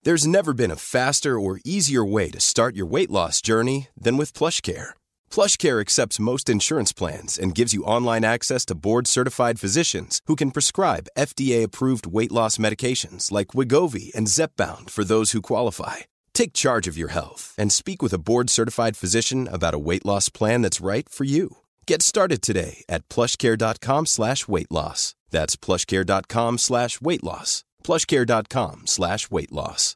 There's never been a faster or easier way to start your weight loss journey than with PlushCare. PlushCare accepts most insurance plans and gives you online access to board-certified physicians who can prescribe FDA-approved weight loss medications like Wegovy and Zepbound for those who qualify. Take charge of your health and speak with a board-certified physician about a weight loss plan that's right for you. Get started today at plushcare.com/weightloss. That's plushcare.com/weightloss. plushcare.com/weightloss.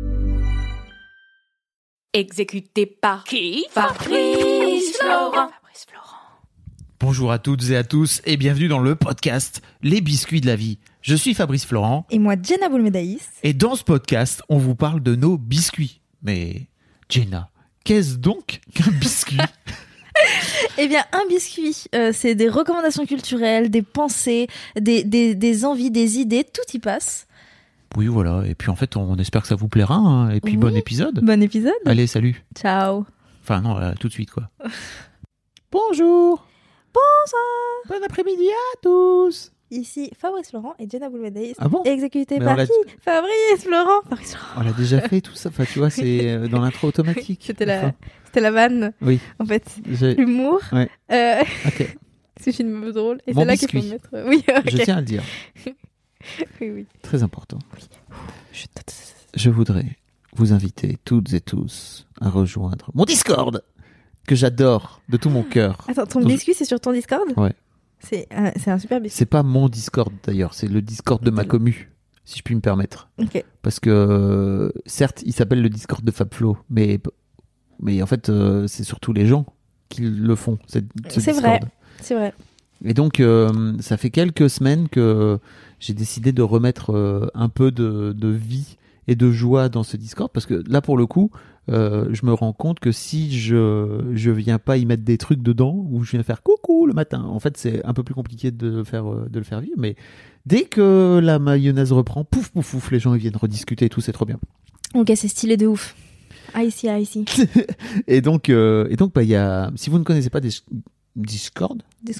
Exécuté par qui? Fabrice Florent. Bonjour à toutes et à tous et bienvenue dans le podcast Les Biscuits de la Vie. Je suis Fabrice Florent. Et moi, Jenna Boulmedaïs. Et dans ce podcast, on vous parle de nos biscuits. Mais Jenna, qu'est-ce donc qu'un biscuit? Eh bien, un biscuit, c'est des recommandations culturelles, des pensées, des envies, des idées, tout y passe. Oui, voilà. Et puis en fait, on espère que ça vous plaira. Hein. Et puis Oui. bon épisode. Bon épisode. Allez, salut. Ciao. Enfin non, tout de suite quoi. Bonjour. Bonsoir. Bon après-midi à tous. Ici Fabrice Florent et Jenna Boulmedaïs. Ah bon? Exécuté Mais par on l'a- qui? Fabrice Florent. Fabrice Florent. On l'a déjà fait tout ça. Enfin, tu vois, c'est dans l'intro automatique. C'était la Enfin, vanne, oui. en fait. j'ai- L'humour. Ouais. Euh, Ok. c'est une meuf drôle. Et Mon c'est là qu'il faut biscuit. mettre. Oui, ok. Je tiens à le dire. Oui. Très important. Je voudrais vous inviter toutes et tous à rejoindre mon Discord, que j'adore de tout mon cœur. Attends, ton Dans- biscuit, c'est sur ton Discord? Ouais. C'est un super biscuit. C'est pas mon Discord d'ailleurs, c'est le Discord de ma commu, si je puis me permettre. Ok. Parce que, certes, il s'appelle le Discord de FabFlo, mais en fait, c'est surtout les gens qui le font, ce C'est Discord. vrai. C'est vrai. Et donc, ça fait quelques semaines que j'ai décidé de remettre un peu de vie et de joie dans ce Discord, parce que là, pour le coup, je me rends compte que si je viens pas y mettre des trucs dedans, ou je viens faire coucou le matin, en fait, c'est un peu plus compliqué de le faire vivre, mais dès que la mayonnaise reprend, pouf, pouf, pouf, les gens ils viennent rediscuter et tout, c'est trop bien. Ok, c'est stylé de ouf. Ici. Et donc, bah, il y a, si vous ne connaissez pas Discord,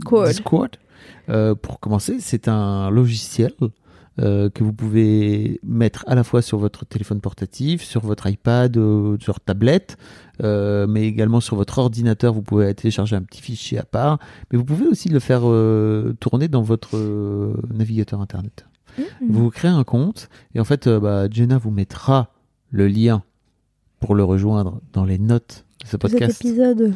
pour commencer, c'est un logiciel que vous pouvez mettre à la fois sur votre téléphone portatif, sur votre iPad, sur tablette, mais également sur votre ordinateur. Vous pouvez télécharger un petit fichier à part, mais vous pouvez aussi le faire tourner dans votre navigateur internet. Vous créez un compte et en fait, Jenna vous mettra le lien pour le rejoindre dans les notes de ce podcast. Cet épisode.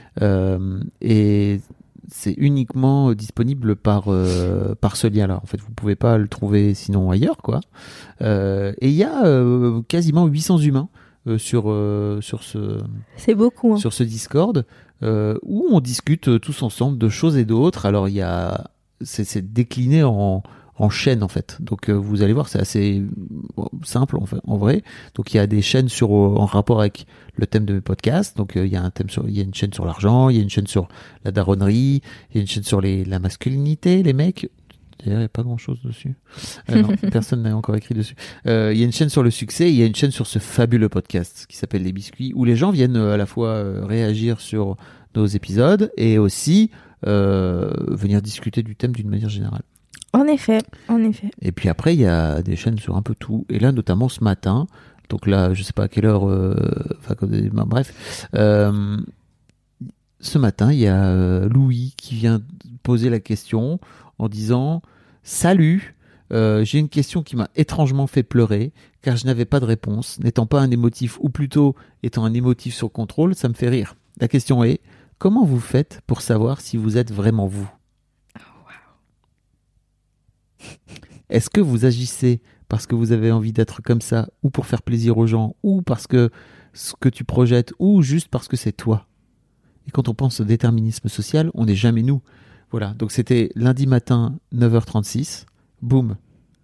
Et c'est uniquement disponible par ce lien-là. En fait, vous pouvez pas le trouver sinon ailleurs, quoi. Et il y a quasiment 800 humains sur C'est beaucoup. Hein. ce Discord où on discute tous ensemble de choses et d'autres. Alors c'est décliné en chaînes en fait. Donc vous allez voir, c'est assez simple en vrai. Donc il y a des chaînes en rapport avec le thème de mes podcasts. Donc il y a une chaîne sur l'argent, il y a une chaîne sur la daronnerie, il y a une chaîne sur la masculinité, les mecs. D'ailleurs, il n'y a pas grand chose dessus. Non, personne n'a encore écrit dessus. Il y a une chaîne sur le succès, il y a une chaîne sur ce fabuleux podcast qui s'appelle Les Biscuits, où les gens viennent à la fois réagir sur nos épisodes et aussi venir discuter du thème d'une manière générale. En effet. Et puis après, il y a des chaînes sur un peu tout. Et là, notamment ce matin, donc là, je sais pas à quelle heure, bref. Ce matin, il y a Louis qui vient poser la question en disant « Salut, j'ai une question qui m'a étrangement fait pleurer, car je n'avais pas de réponse. N'étant pas un émotif, ou plutôt étant un émotif sur contrôle, ça me fait rire. La question est, comment vous faites pour savoir si vous êtes vraiment vous ? Est-ce que vous agissez parce que vous avez envie d'être comme ça, ou pour faire plaisir aux gens, ou parce que ce que tu projettes, ou juste parce que c'est toi ? Et quand on pense au déterminisme social, on n'est jamais nous. Voilà, donc c'était lundi matin, 9h36. Boum.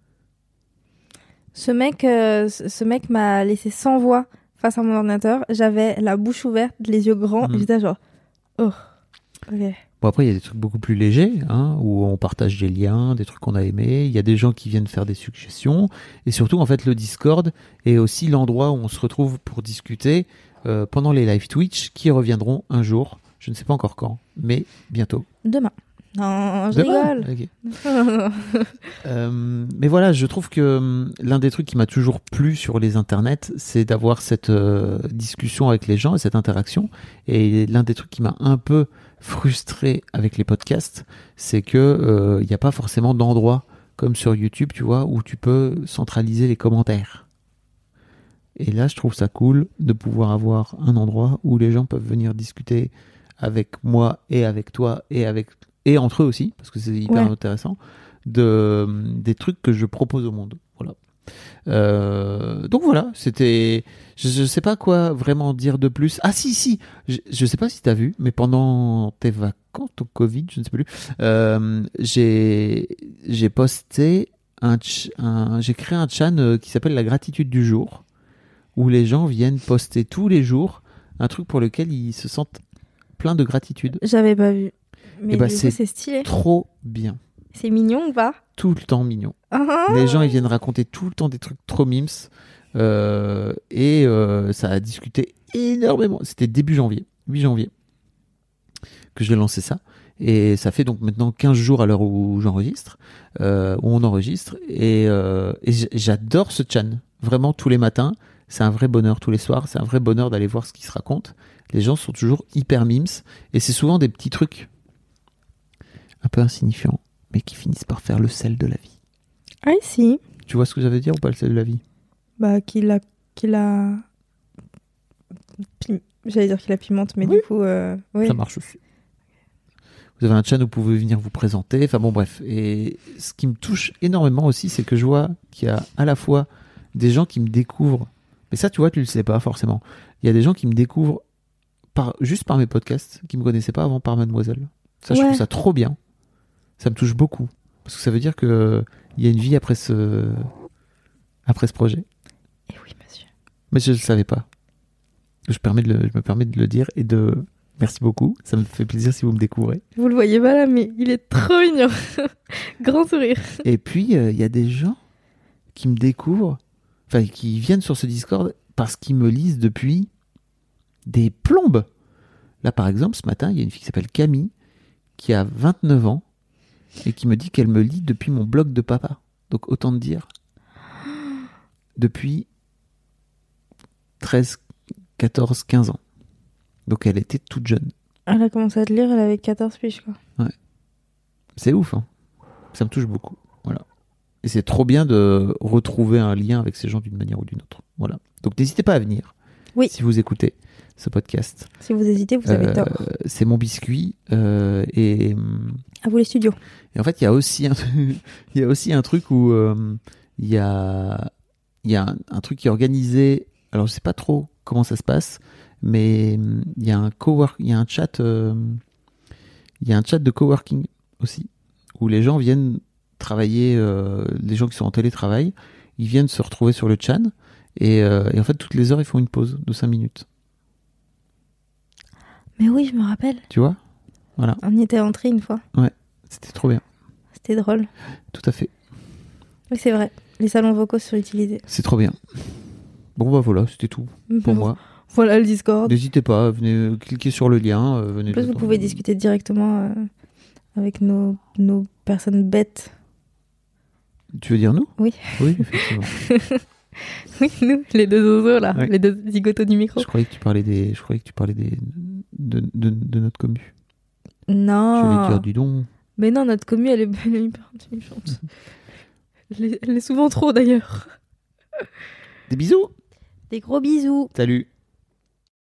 Ce mec m'a laissé sans voix face à mon ordinateur. J'avais la bouche ouverte, les yeux grands, et j'étais genre, oh, ok. Bon, après, il y a des trucs beaucoup plus légers, hein, où on partage des liens, des trucs qu'on a aimés. Il y a des gens qui viennent faire des suggestions. Et surtout, en fait, le Discord est aussi l'endroit où on se retrouve pour discuter pendant les live Twitch qui reviendront un jour. Je ne sais pas encore quand, mais bientôt. Demain. Non, je Demain rigole. Ok. Mais voilà, je trouve que l'un des trucs qui m'a toujours plu sur les internets, c'est d'avoir cette discussion avec les gens et cette interaction. Et l'un des trucs qui m'a un peu frustré avec les podcasts, c'est que il n'y a pas forcément d'endroit comme sur YouTube, tu vois, où tu peux centraliser les commentaires. Et là, je trouve ça cool de pouvoir avoir un endroit où les gens peuvent venir discuter avec moi et avec toi et entre eux aussi, parce que c'est hyper intéressant, des trucs que je propose au monde. Voilà. Donc voilà, c'était... Je sais pas quoi vraiment dire de plus. Ah si, je sais pas si t'as vu, mais pendant tes vacances, au Covid, je ne sais plus, j'ai posté j'ai créé un chan qui s'appelle la gratitude du jour, où les gens viennent poster tous les jours un truc pour lequel ils se sentent plein de gratitude. J'avais pas vu. Mais bah, du coup, c'est stylé. Trop bien. C'est mignon ou pas? Tout le temps mignon. Ah. Les gens, ils viennent raconter tout le temps des trucs trop mimes. Et ça a discuté énormément. C'était début janvier, 8 janvier, que j'ai lancé ça. Et ça fait donc maintenant 15 jours à l'heure où j'enregistre, où on enregistre. Et j'adore ce chan. Vraiment, tous les matins. C'est un vrai bonheur tous les soirs. C'est un vrai bonheur d'aller voir ce qui se raconte. Les gens sont toujours hyper mimes. Et c'est souvent des petits trucs un peu insignifiants, mais qui finissent par faire le sel de la vie. Ah, si. Tu vois ce que ça veut dire ou pas, le sel de la vie? Bah, qu'il a... J'allais dire qu'il a pimente, mais oui. du coup... oui. Ça marche aussi. Vous avez un chan où vous pouvez venir vous présenter. Enfin bon, bref. Et ce qui me touche énormément aussi, c'est que je vois qu'il y a à la fois des gens qui me découvrent. Mais ça, tu vois, tu le sais pas forcément. Il y a des gens qui me découvrent juste par mes podcasts, qui me connaissaient pas avant par Mademoiselle. Ça, je trouve ça trop bien. Ça me touche beaucoup. Parce que ça veut dire qu'il y a une vie après ce projet. Et oui, monsieur. Mais je ne le savais pas. Je me permets de le dire et de... Merci beaucoup. Ça me fait plaisir si vous me découvrez. Vous le voyez pas là, mais il est trop mignon. Grand sourire. Et puis, il y a des gens qui me découvrent, enfin, qui viennent sur ce Discord parce qu'ils me lisent depuis des plombes. Là, par exemple, ce matin, il y a une fille qui s'appelle Camille, qui a 29 ans, et qui me dit qu'elle me lit depuis mon blog de papa. Donc, autant te dire, depuis 13, 14, 15 ans. Donc, elle était toute jeune. Elle a commencé à te lire, elle avait 14 piges, quoi. Ouais. C'est ouf, hein. Ça me touche beaucoup. Voilà. Et c'est trop bien de retrouver un lien avec ces gens d'une manière ou d'une autre. Voilà. Donc, n'hésitez pas à venir. Oui. Si vous écoutez ce podcast. Si vous hésitez, vous avez tort. C'est mon biscuit. Et à vous les studios. Et en fait, il y a aussi un truc où il y a un truc qui est organisé. Alors, je sais pas trop comment ça se passe, mais il y a un chat de coworking aussi, où les gens viennent travailler, les gens qui sont en télétravail, ils viennent se retrouver sur le chan, et en fait, toutes les heures, ils font une pause de 5 minutes. Mais oui, je me rappelle. Tu vois? Voilà. On y était entré une fois. Ouais, c'était trop bien. C'était drôle. Tout à fait. Oui, c'est vrai. Les salons vocaux sont utilisés. C'est trop bien. Bon, bah voilà, c'était tout pour moi. Voilà le Discord. N'hésitez pas, venez cliquer sur le lien. Venez en plus, vous pouvez discuter directement avec nos personnes bêtes. Tu veux dire nous? Oui. Oui, effectivement. Oui, nous, les deux oiseaux là, ouais. Les deux zigotos du micro. Je croyais que tu parlais de notre commu. Non. Je vais dire, dis donc. Mais non, notre commu, elle est hyper intelligente. Elle est souvent trop d'ailleurs. Des bisous. Des gros bisous. Salut.